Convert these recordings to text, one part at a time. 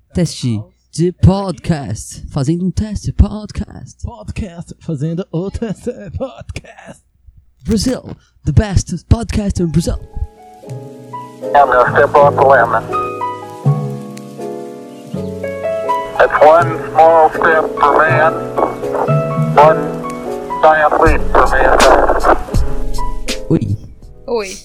Teste de podcast. Fazendo um teste podcast. Podcast, fazendo o teste podcast. Brazil, the best podcast in Brazil. I'm gonna step off the limb. It's one small step for man, one giant leap for mankind. Oi.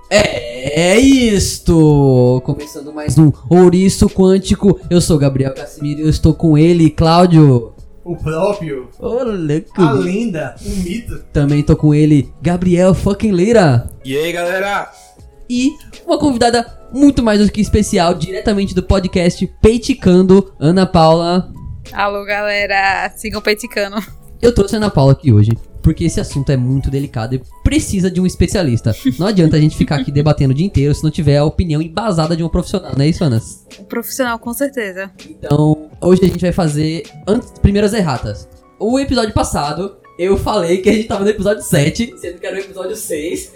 É isto! Começando mais um Ouriço Quântico. Eu sou Gabriel Casimiro e eu estou com ele, Cláudio. O próprio, Olha, a lenda, o mito. Também tô com ele, Gabriel fucking Lira. E aí, galera? E uma convidada muito mais do que especial, diretamente do podcast Peiticando, Ana Paula. Alô, galera, sigam peiticando. Eu trouxe a Ana Paula aqui hoje porque esse assunto é muito delicado e precisa de um especialista. Não adianta a gente ficar aqui debatendo o dia inteiro se não tiver a opinião embasada de um profissional, não é isso, Ana? Um profissional, com certeza. Então, hoje a gente vai fazer primeiras erratas. O episódio passado, eu falei que a gente tava no episódio 7, sendo que era o episódio 6.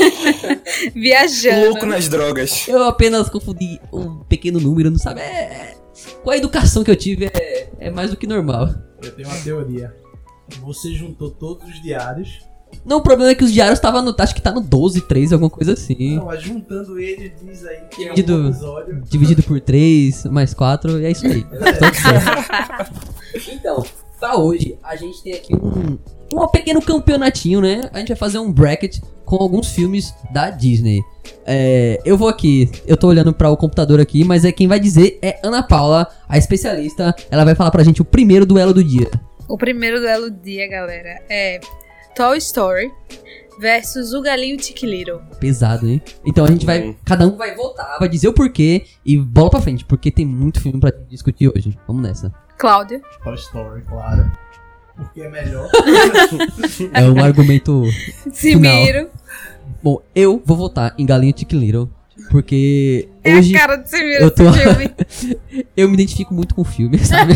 Viajando. Louco nas drogas. Eu apenas confundi um pequeno número, não sabe? Com a educação que eu tive, é mais do que normal. Eu tenho uma teoria. Você juntou todos os diários. Não, o problema é que os diários estavam no... Acho que tá no 12, 13, alguma coisa assim. Não, mas juntando ele, diz aí que Dividido- é um episódio. Dividido por 3, mais 4, e é isso aí. Tudo certo. Então, pra hoje, a gente tem aqui um pequeno campeonatinho, né? A gente vai fazer um bracket com alguns filmes da Disney. Eu vou aqui, eu tô olhando para o computador aqui, mas quem vai dizer é Ana Paula, a especialista. Ela vai falar pra gente o primeiro duelo do dia. O primeiro duelo do dia, galera, é Toy Story versus O Galinho Chiquiliro. Pesado, hein? Então a gente vai, cada um vai votar, vai dizer o porquê e bola pra frente, porque tem muito filme pra discutir hoje. Vamos nessa. Cláudio. Toy Story, claro. Porque é melhor. É um argumento. Simiro. Bom, eu vou votar em Galinha Chicken Little, porque É hoje a cara do Simiro eu tô- esse filme. eu me identifico muito com o filme, sabe?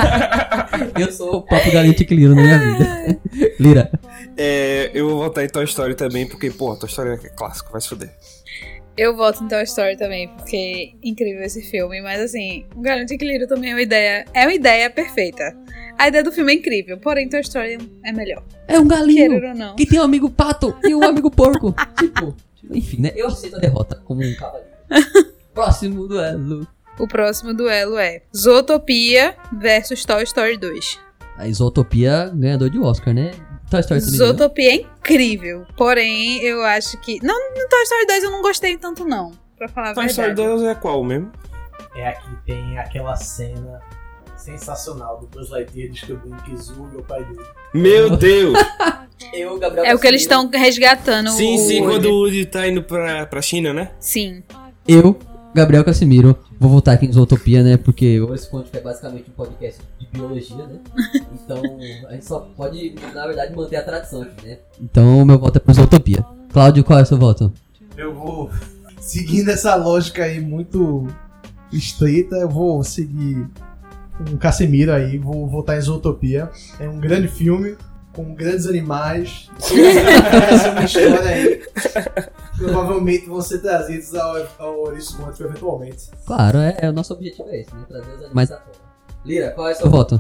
Eu sou o próprio Galinha Chicken Little na minha vida. Lira. Eu vou votar em Toy Story também, porque, pô, Toy Story é clássico, vai se fuder. Eu voto em Toy Story também, porque é incrível esse filme. Mas assim, O Galinho Chiquiliro também é uma ideia perfeita. A ideia do filme é incrível, porém Toy Story é melhor. É um galinho Querer ou não. que tem um amigo pato e um amigo porco. Enfim, né? Eu aceito a derrota como um cavaleiro. Próximo duelo. O próximo duelo é Zootopia versus Toy Story 2. A Isotopia, ganhador de Oscar, né? Toy Story também ganhou. Zootopia é incrível, porém eu acho que... Não, no Toy Story 2 eu não gostei tanto não, pra falar a Toy Story verdade. 2 é qual mesmo? É aqui, tem aquela cena sensacional do Buzz Lightyear descobrindo que Zug é o pai dele. Meu Deus! Eu, Gabriel É o que eles Casimiro. estão resgatando. Sim, o... quando o Woody tá indo pra China, né? Sim. Eu, Gabriel Casimiro, vou votar aqui em Zootopia, né? Porque o Ouriço Quântico é basicamente um podcast de biologia, né? Então, a gente só pode, na verdade, manter a tradição aqui, né? Então, meu voto é pro Zootopia. Cláudio, qual é o seu voto? Eu vou, seguindo essa lógica aí muito estreita, eu vou seguir com o Casemiro aí, vou votar em Zootopia. É um grande filme, com grandes animais. Essa é uma história aí. Provavelmente vão ser trazidos ao Ouriço Quântico eventualmente. Claro, o nosso objetivo é esse, né? Trazer os animais à tona. Lira, qual é o seu voto?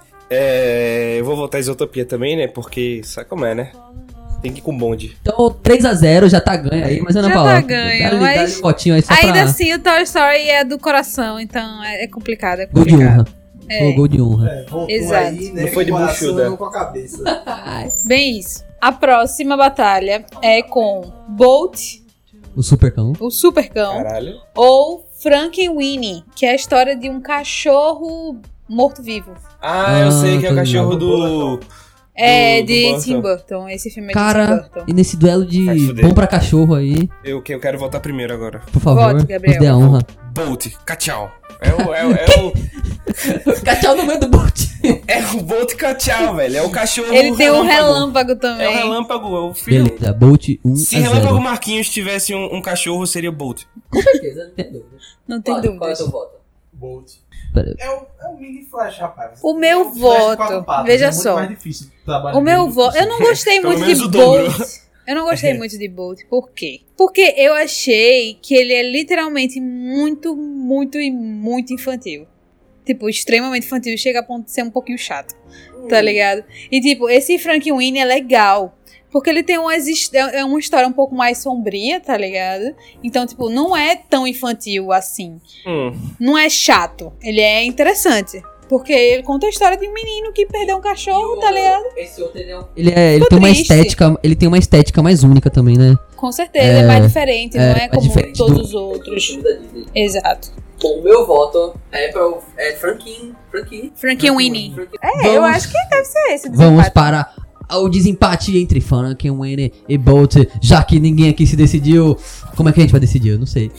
Eu vou votar em Zootopia também, né? Porque sabe como é, né? Tem que ir com bonde. Então, 3-0, já tá ganho aí, mas Ana Já Paula, tá ganho, dá-lhe mas um votinho aí só Ainda pra... assim, o Toy Story é do coração, então é complicado, Gol de honra. É. Gol de honra. Voltou Exato. aí, né? Não foi de com o coração buchuda. e não com a cabeça. Bem isso. A próxima batalha é com Bolt, O Supercão. o Supercão, Caralho. ou Frankenweenie, que é a história de um cachorro morto-vivo. Eu sei que é o tô cachorro ligado. do... É do de Burton. Tim Burton. Esse filme é de Tim Cara, Burton. e nesse duelo de Vai fuder. bom pra cachorro aí, Eu quero votar primeiro agora. por favor, Vote, Gabriel. nos dê a honra. Bolt, Cachau. É o Cachau no meio do bote. Bolt Cachau, velho. É o cachorro Ele tem um relâmpago também. É o relâmpago, é o filho. Beleza, Bolt 1 Se a 0. Relâmpago Marquinhos tivesse um cachorro, seria Bolt. Com certeza, não tem dúvida. Não tem dúvidas. voto? Bolt. Pera. É um mini Flash, rapaz. O meu É um Flash de voto, quatro patas, veja é muito só. mais difícil o trabalho O meu dele. voto... Eu não gostei Pelo muito menos de o dobro. Bolt. Eu não gostei muito de Bolt. Por quê? Porque eu achei que ele é literalmente muito, muito e muito infantil. tipo, extremamente infantil, chega a ponto de ser um pouquinho chato, tá ligado? E, tipo, esse Frankenweenie é legal, porque ele tem uma história um pouco mais sombria, tá ligado? Então, tipo, não é tão infantil assim. Não é chato, ele é interessante. Porque ele conta a história de um menino que perdeu um cachorro, tá ligado? Esse outro ele tem uma estética, ele tem uma estética mais única também, né? Com certeza, é mais diferente, não é como diferente todos os outros. Exato. O meu voto é para Frankenweenie. Vamos- Eu acho que deve ser esse. o Vamos desempate. para o desempate entre Frankenweenie e Bolt, já que ninguém aqui se decidiu. Como é que a gente vai decidir? Eu não sei.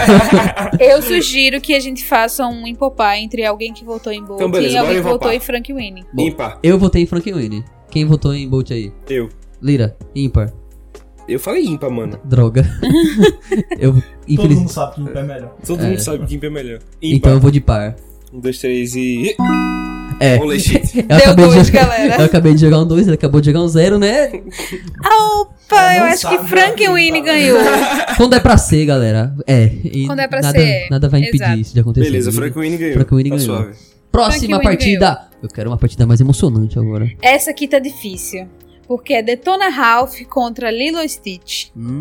Eu sugiro que a gente faça um empopar entre alguém que votou em Bolt Então, beleza, e alguém bora que votou empopar. em Frankenweenie. Ímpar. Eu votei em Frankenweenie. Quem votou em Bolt aí? Eu. Lira, ímpar. Eu falei ímpar, mano. Droga. Eu, Todo infeliz... mundo sabe que ímpar é melhor. Todo mundo sabe que ímpar é melhor. Ímpar. Então eu vou de par. 1, 2, 3 e... É. Holy shit. Eu Deu dois, jogar, galera. eu acabei de jogar um 2, ele acabou de jogar um 0, né? Opa, eu Não acho que sabe Frankenweenie jogar ganhou. Quando é pra ser, galera. E Quando é pra nada, ser, nada vai impedir exato. isso de acontecer. Beleza, Frankenweenie ganhou. Frankenweenie Tá ganhou. suave. Próxima Frankenweenie partida. Eu quero uma partida mais emocionante agora. Essa aqui tá difícil. Porque é Detona Ralph contra Lilo e Stitch.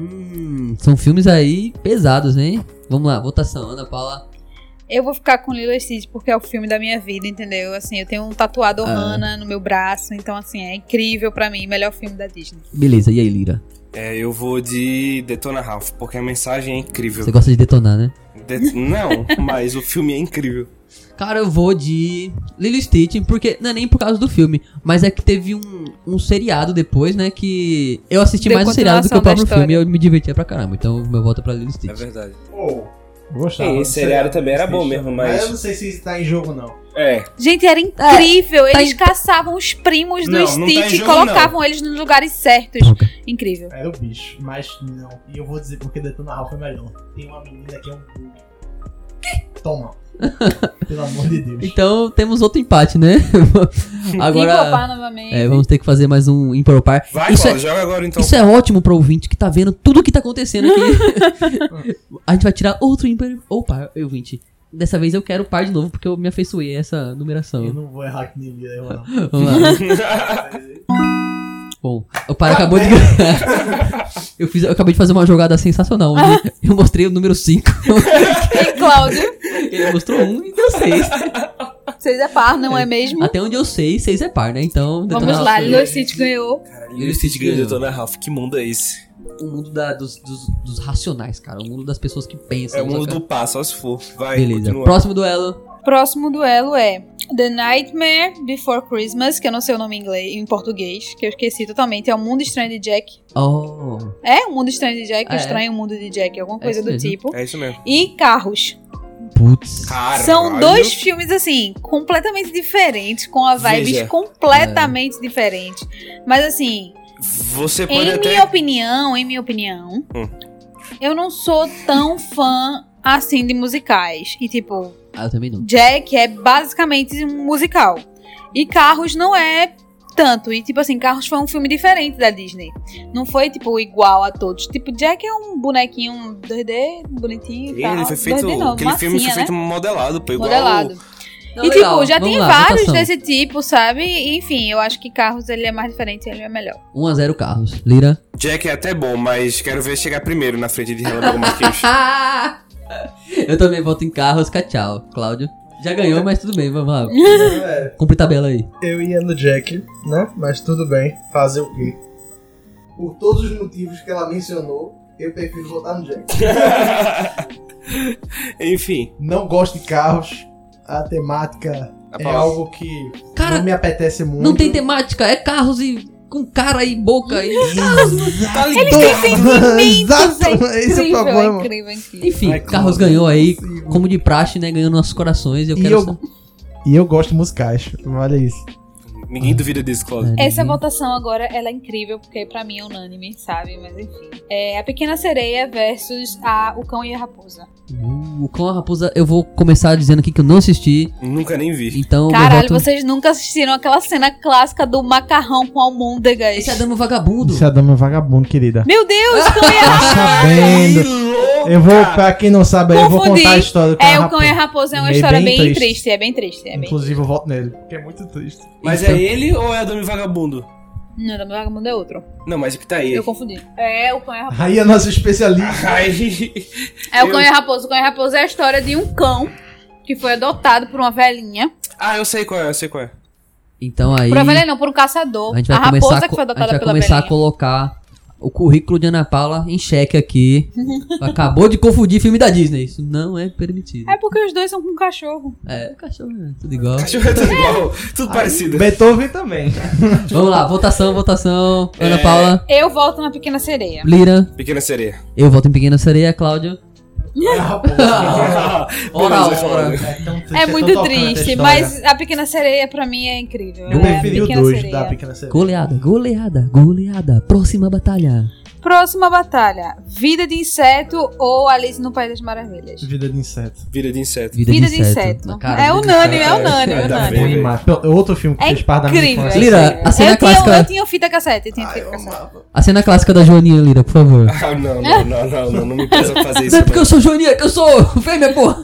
São filmes aí pesados, hein? Vamos lá, votação. Ana Paula. Eu vou ficar com Lilo e Stitch porque é o filme da minha vida, entendeu? Assim, eu tenho um tatuado Ohana no meu braço, então assim, é incrível pra mim, melhor filme da Disney. Beleza, e aí, Lira? Eu vou de Detona Ralph, porque a mensagem é incrível. Você gosta de detonar, né? Não, mas o filme é incrível. Cara, eu vou de Lilo e Stitch, porque não é nem por causa do filme, mas é que teve um seriado depois, né, que eu assisti Deu mais o seriado do que o continuação da próprio filme e história. eu me divertia pra caramba, então meu voto é pra Lilo e É Stitch. verdade. Pô, gostava. Esse seriado também era bom mesmo, mas... eu não sei se isso tá em jogo, não. Gente, era incrível. tá Eles em- caçavam os primos do Não, não tá em Stitch e jogo, colocavam eles nos lugares certos. Droga. Incrível. Era o bicho, mas não. E eu vou dizer porque Detona Ralph é melhor. Tem uma menina que é um bug. Toma. Pelo amor de Deus. Então temos outro empate, né? Agora, Agora novamente. vamos ter que fazer mais um Impar ou Par. Vai, Isso Paulo, é, joga agora então. isso é ótimo pro ouvinte que tá vendo tudo que tá acontecendo aqui. A gente vai tirar outro Impar ou Par, ouvinte. Dessa vez eu quero par de novo, porque eu me afeiçoei a essa numeração. Eu não vou errar que nem Lira, eu não. Vamos lá. Bom, o par acabou de ganhar. Eu acabei de fazer uma jogada sensacional, onde eu mostrei o número 5. E Cláudio, Ele mostrou 1 e deu 6. vocês é par, não é mesmo? Até onde eu sei, 6 é par, né? Então... Vamos Detona lá, Ralph- Lilo e Stitch ganhou. Lilo e Stitch ganhou Detona Ralph. Que mundo é esse? O mundo dos racionais, cara. O mundo das pessoas que pensam. É o mundo saca? do pá, só se for. Vai, Beleza. continua. Próximo duelo. Próximo duelo é The Nightmare Before Christmas, que eu não sei o nome em português, que eu esqueci totalmente. É O Mundo Estranho de Jack. Oh. É? O Mundo Estranho de Jack? É. O Estranho Mundo de Jack, alguma coisa isso do mesmo. tipo. É isso mesmo. E Carros. Putz. Caralho. São dois filmes, assim, completamente diferentes, com a vibes Veja. completamente diferentes. Mas, assim, Você pode em até... minha opinião, eu não sou tão fã, assim, de musicais. E, tipo, Eu também não. Jack é basicamente um musical. E Carros não é tanto. E, tipo assim, Carros foi um filme diferente da Disney. Não foi, tipo, igual a todos. Tipo, Jack é um bonequinho 2D, bonitinho e tal. Ele foi feito... 2D não, aquele filme foi massinha, feito modelado, pô. Igual... modelado. Não, E, legal. tipo, já Vamos tem lá, vários votação. desse tipo, sabe? E, enfim, eu acho que Carros, ele é mais diferente, ele é melhor. 1-0 Carros. Lira. Jack é até bom, mas quero ver chegar primeiro na frente de Relâmpago Marquinhos. Eu também voto em Carros. Tchau. Cláudio. Já ganhou, mas tudo bem. Vamos lá. É, Cumpre tabela aí. eu ia no Jack, né? Mas tudo bem. Fazer o quê? Por todos os motivos que ela mencionou, eu prefiro votar no Jack. Enfim. Não gosto de carros. A temática é Paula. algo que Cara, não me apetece muito. Não tem temática. É carros e... Com cara e boca e... Tá Eles ligado? têm sentimentos, Exato, esse é o problema. incrível, incrível. Enfim, Ai, como Carros não ganhou aí, consigo. como de praxe, né? Ganhou nossos corações. E eu E quero... eu gosto de musicais. Olha isso. Ninguém duvida disso, Cláudio. Essa votação agora, ela é incrível, porque pra mim é unânime, sabe? Mas enfim. É A Pequena Sereia versus O Cão e a Raposa. O Cão e a Raposa, eu vou começar dizendo aqui que eu não assisti. Nunca nem vi. Então, Caralho, meu voto... vocês nunca assistiram aquela cena clássica do macarrão com almôndegas. Esse é Dama Vagabundo. Isso é Dama Vagabundo, querida. Meu Deus, Cão e a Tá Raposa. sabendo. Eu vou, pra quem não sabe, eu vou Confundi. contar a história do O Cão e a Raposa é uma história bem triste. É bem triste. Inclusive, eu voto nele, porque é muito triste. Mas Então- é ele ou é a Dama Vagabundo? Não, Dama Vagabundo é outro. Não, mas o que tá aí? Eu confundi. É O Cão e a Raposa. Aí a nossa especialista. Ai, É O Cão e a Raposa. O Cão e a Raposa é a história de um cão que foi adotado por uma velhinha. eu sei qual é. Então aí... Por uma velhinha não, por um caçador. A gente vai raposa começar, que foi a gente adotada vai pela começar a velhinha. colocar o currículo de Ana Paula em xeque aqui. Acabou de confundir filme da Disney. Isso não é permitido. É porque os dois são com um cachorro. É, cachorro é tudo igual. Cachorro é tudo igual, tudo parecido. Beethoven também. Vamos lá, votação. Ana Paula, Eu volto na Pequena Sereia. Lira. Pequena Sereia. Eu voto em Pequena Sereia, Cláudio. Ora. É muito triste, mas a Pequena Sereia pra mim é incrível. Eu É a preferi o Pequena 2 Sereia. da Pequena Sereia. Goleada. Próxima batalha. Próxima batalha: Vida de Inseto ou Alice no País das Maravilhas? Vida de inseto. Vida de inseto. Vida de Inseto. Cara, É Vida de unânime, Inseto. é unânime, é Vai dar unânime. bem. Demais. Outro filme que É fez parte da minha incrível. infância. Lira, a cena clássica. Eu tinha fita cassete. A cena clássica da Joaninha, Lira, por favor. Não me peça fazer isso. Não é porque eu sou Joaninha, que eu sou fêmea, porra.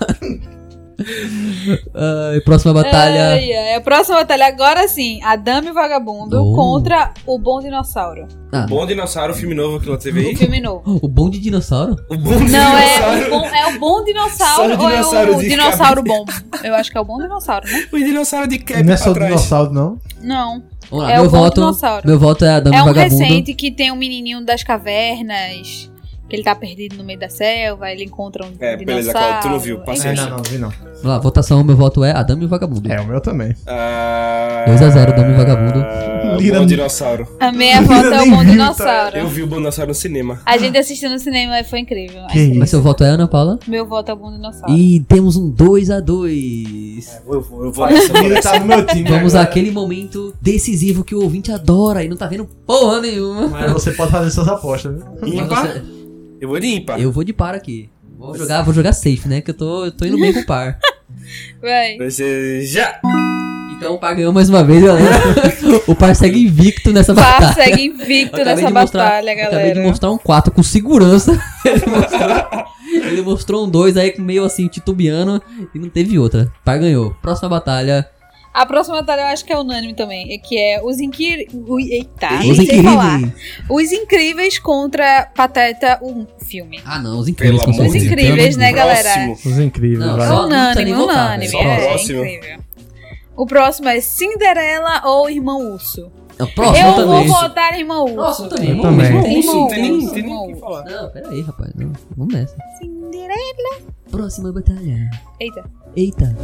Próxima batalha. A próxima batalha agora sim: A Dama e o Vagabundo Oh. contra o Bom Dinossauro. Bom Dinossauro, o filme novo que ela teve aí. O filme novo. O bom de dinossauro? O Bom Não, Dinossauro. é o Bom Dinossauro Só o ou é dinossauro o de Dinossauro Bom? Eu acho que é o Bom Dinossauro, né? O dinossauro de cap Não é só pra o trás. dinossauro, não? Não. Vamos lá, É meu o Bom voto. Dinossauro. Meu voto é a Dama É e um Vagabundo. recente que tem um menininho das cavernas, que ele tá perdido no meio da selva, ele encontra um Beleza, dinossauro. Cláudio, tu não viu, passei. Enfim. Não vi não. Vamos lá, votação, meu voto é a Dama e o Vagabundo. É, o meu também. 2-0, Dama e Vagabundo. Lira- Bom Dinossauro. A minha volta é o nem Bom viu, tá? Dinossauro. Eu vi o Bom Dinossauro no cinema. A gente assistiu no cinema e foi incrível. Que Mas seu voto é Ana Paula? Meu voto é o Bom Dinossauro. E temos um 2-2. Eu vou nessa, Lira tá no meu time. Vamos agora. àquele momento decisivo que o ouvinte adora e não tá vendo porra nenhuma. Mas você pode fazer suas apostas, viu? Mas Ímpar? você- Eu vou de ímpar. Eu vou de par aqui. Vou jogar safe, né? Que eu tô indo bem com o par. Vai. Você já. Então o par ganhou mais uma vez, galera. O par segue invicto nessa Par batalha. segue invicto Eu acabei nessa de mostrar- batalha, Acabei de galera. mostrar um 4 com segurança. Ele mostrou um 2 aí meio assim, titubeando. E não teve outra. Par ganhou. Próxima batalha. A próxima batalha eu acho que é unânime também. Que é os Incríveis. Eita, Os nem sei falar. Incríveis. Os Incríveis contra Pateta, o filme. Ah, não. Os Incríveis. Pelo com amor Os de certeza. Incríveis, né, galera? Próximo. Os incríveis, Não, vai. só- não precisa Unânime, nem votar, unânime. só o É próximo. incrível. O próximo é Cinderela ou Irmão Urso? É o próximo Eu também. vou votar em Irmão Urso. Próximo também. Eu também. Isso, não tem nem Irmão o que Urso. falar. Não, pera aí, rapaz. Não, vamos nessa. Cinderela. Próxima batalha. Eita. Eita.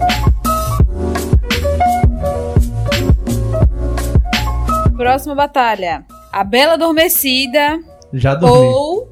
Próxima batalha. A Bela Adormecida Já dormi. ou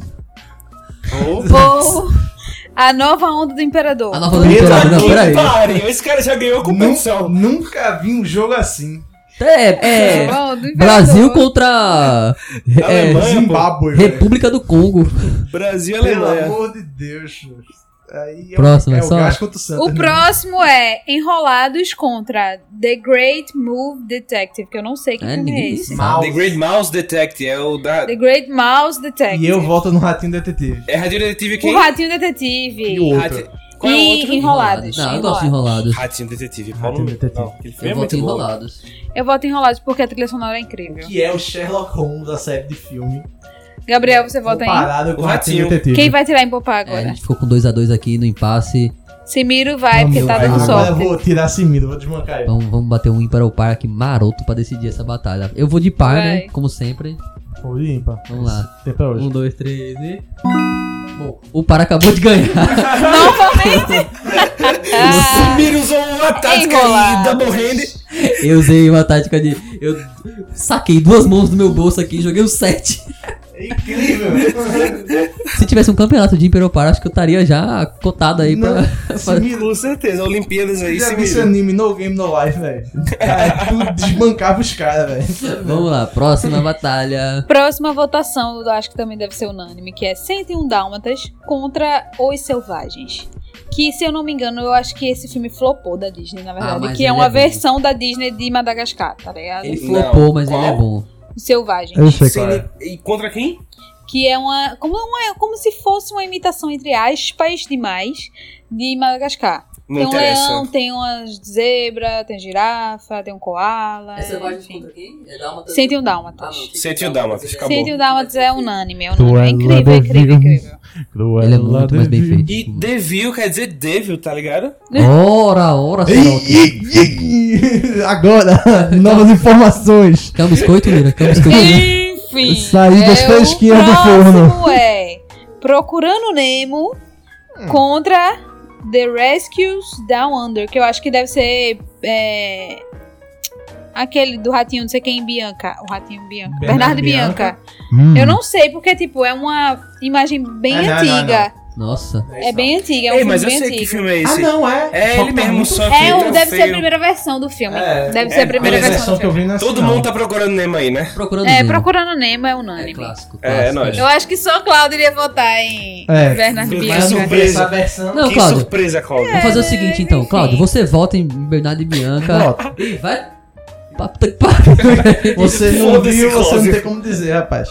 a Nova Onda do Imperador. A nova do Imperador. Não, pera aí. Pare, esse cara já ganhou a competição. Nunca vi um jogo assim. É. Nova Onda do Imperador. Brasil contra. Alemanha, Zimbábue, velho. República do Congo. Brasil e Pelo Alemanha. amor de Deus. Aí Próximo, é é o só- Gás contra o Santos. O próximo é Enrolados contra The Great Move Detective, que eu não sei que É, filme é ninguém esse. sabe. The Great Mouse Detective é o da. The Great Mouse Detective. E eu volto no Ratinho Detetive. É Rádio Detetive O quem? Ratinho Detetive. E o outro? Rati- Qual é o outro? Enrolados. Não, eu gosto de Enrolados. Ratinho Detetive. Ratinho Detetive. Não, aquele filme Eu é voto em muito bom. Enrolados. Eu voto em Enrolados porque a trilha sonora é incrível. Que é o Sherlock Holmes da série de filme. Gabriel, você vota em? Comparado com O o Ratinho Ratinho. Detetive. Quem vai tirar em Popá É, a agora? gente ficou com 2-2 aqui no impasse. Semiro vai, porque tá dando Agora eu sorte. vou tirar Simido, vou desmancar ele. Vamos bater um ímpar ao par aqui maroto pra decidir essa batalha. Eu vou de par, Vai. né? Como sempre. Vou ir ímpar. Vamos lá. Tempo é hoje. 1, 2, 3 e. Bom, o par acabou de ganhar. Ah, usou uma tática Enrolado. aí, double hand. Eu usei uma tática de. Eu saquei 2 mãos do meu bolso aqui e joguei o 7. É incrível. Se tivesse um campeonato de Imperial Par, acho que eu estaria já cotado aí pra fazer. Com certeza, Olimpíadas aí, Já se vi esse vira. anime No Game No Life, velho. Cara, tu desbancava os caras, velho. Vamos lá, próxima batalha. Próxima votação, eu acho que também deve ser unânime, que é 101 Dálmatas contra Os Selvagens. Que, se eu não me engano, eu acho que esse filme flopou da Disney, na verdade. mas Que é ele uma é bom. versão da Disney de Madagascar, tá ligado? Ele flopou, mas qual? ele é bom. Os Selvagens. Eu sei, Sim, cara. e contra quem? Que é como se fosse uma imitação, entre aspas, demais, de Madagascar. Não Tem um interessa. leão, tem umas zebra, tem girafa, tem um koala. enfim. quem? É Dálmatas? 101 Dálmatas. 101 Dálmatas, acabou. 101 Dálmatas é unânime, é Cruella unânime. É incrível, de incrível, Vil. incrível. Ele é muito mais bem feito. E Devil quer dizer Devil, tá ligado? Ora, Agora, novas informações. Quer um biscoito, Lira? Quer um biscoito? Enfim. Saí das fresquinhas do o forno. próximo é Procurando Nemo contra The Rescues Down Under, que eu acho que deve ser aquele do ratinho, não sei quem, Bianca. O ratinho Bianca. Bernardo Bianca. Eu não sei, porque, tipo, é uma imagem bem Não, antiga. Nossa. É bem antiga, é um Ei, filme mas eu bem sei antigo. que filme é Ah, esse. não, é. É Só ele que tá mesmo, muito só que tá Deve ser a feio. primeira versão do filme. É, Deve ser a primeira beleza, versão do que eu vi filme. na Todo mundo tá procurando Nemo aí, né? Procurando É, Nemo. Procurando Nemo é É unânime. clássico. É, clássico, nóis. Eu acho que só Cláudio iria votar em É. Bernardo Que Bianca. surpresa. Essa versão. Não, Que Cláudio. surpresa, Cláudio. Vamos fazer o seguinte, então. enfim. Cláudio, você vota em Bernardo e Bianca. Voto. E vai... Puta que pariu. Você não Foda-se, viu, você não Cláudio. tem como dizer, rapaz.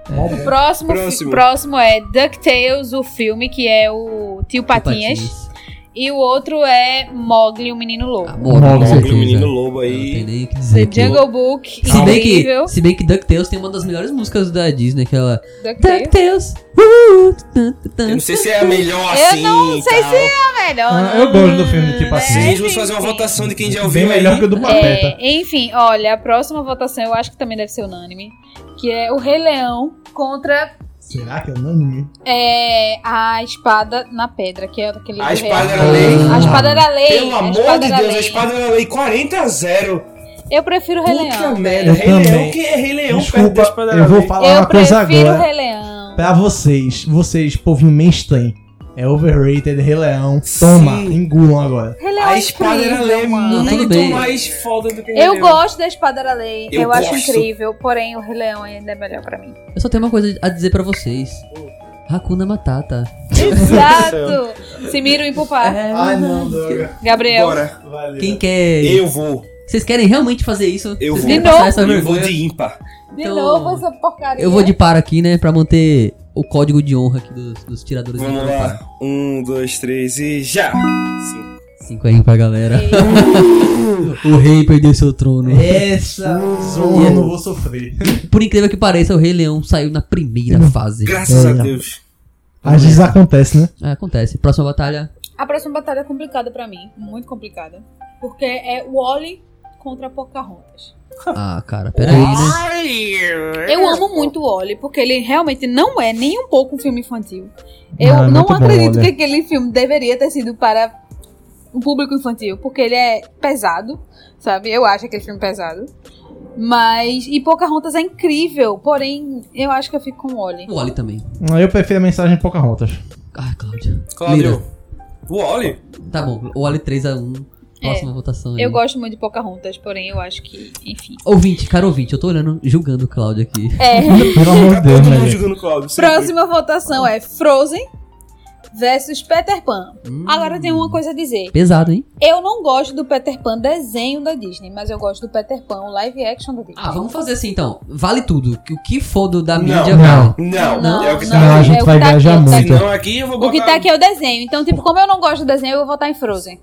Próximo é DuckTales, o filme, que é o Tio Patinhas. E o outro é Mowgli, o Menino Lobo. Amor, com Mowgli, certeza. o menino lobo Não tem aí. nem o que dizer. The Jungle Book, Se incrível. bem que DuckTales tem uma das melhores músicas da Disney, aquela... DuckTales. DuckTales. Eu não sei se é a melhor Eu assim. não sei tal. se é a melhor. Ah, eu gosto do filme, tipo assim. Gente, vamos fazer uma votação de quem já Bem ouviu melhor aí. que o do Pateta. Enfim, olha, a próxima votação eu acho que também deve ser unânime. Que é o Rei Leão contra Será que é unânime? a Espada na Pedra, que é aquele A do espada Rei era Leão. lei. A Espada era lei. Pelo a amor espada de era Deus, lei. a espada era lei 40-0. Eu prefiro o Rei Puta Leão. merda. Eu Rei Leão, também. quem é Rei Leão perto da Desculpa, espada eu era vou lei? falar Eu uma coisa prefiro o agora. Rei Leão. Pra vocês, povinho mainstream. É overrated, Rei Leão. Toma, Sim. engulam agora. Rei Leão A é espada era incrível, lei mano. Tudo muito bem. mais foda do que Rei Eu Leão. gosto da Espada da Lei, Eu eu acho gosto. incrível, porém o Rei Leão ainda é melhor pra mim. Eu só tenho uma coisa a dizer pra vocês. Hakuna Matata. Exato! Se mira o empupar. Ai, não, droga. Gabriel. Bora. Valeu. Quem quer... Eu vou. Vocês querem realmente fazer isso? Eu Vocês vou. querem De passar novo? essa Eu vou vergonha? de ímpar. De Então, novo essa porcaria. Eu vou de par aqui, né? Pra manter o código de honra aqui dos tiradores de Vamos par. lá. 1, 2, 3 e já. 5. 5 aí pra galera. O rei perdeu seu trono. Essa zona eu não vou sofrer. Por incrível que pareça, o Rei Leão saiu na primeira fase. Graças a É. Deus. Às vezes acontece, né? Acontece. Próxima batalha. A próxima batalha é complicada pra mim, muito complicada. Porque é Wall-E contra Pocahontas. Ah, cara, peraí, né? Eu amo muito o Wall-E, porque ele realmente não é nem um pouco um filme infantil. Eu Ah, não muito bom, acredito Wall-E. que aquele filme deveria ter sido para um público infantil, porque ele é pesado, sabe? Eu acho aquele filme pesado. Mas... E Pocahontas é incrível, porém, eu acho que eu fico com o Wall-E. O Oli também. Eu prefiro a mensagem Pocahontas. Ah, Cláudia. Cláudio. O Oli. Tá bom, o Oli 3-1. Próxima votação aí. Eu gosto muito de Pocahontas, porém eu acho que, enfim. Ouvinte, cara ouvinte, eu tô olhando, julgando o Cláudio aqui. Pelo amor Tá de Deus, todo né, mundo gente? jogando Cláudio. sempre. Próxima votação é Frozen versus Peter Pan. Agora tem uma coisa a dizer. Pesado, hein? Eu não gosto do Peter Pan desenho da Disney, mas eu gosto do Peter Pan o live action da Disney. Ah, vamos fazer assim então. Vale tudo. O que for da Não, mídia, não. vale. Não, é o que tá Não, a aqui. gente é o vai que tá viajar aqui, o que tá muito. aqui. Senão aqui eu vou botar... O que tá aqui é o desenho. Então, tipo, como eu não gosto do desenho, eu vou votar em Frozen.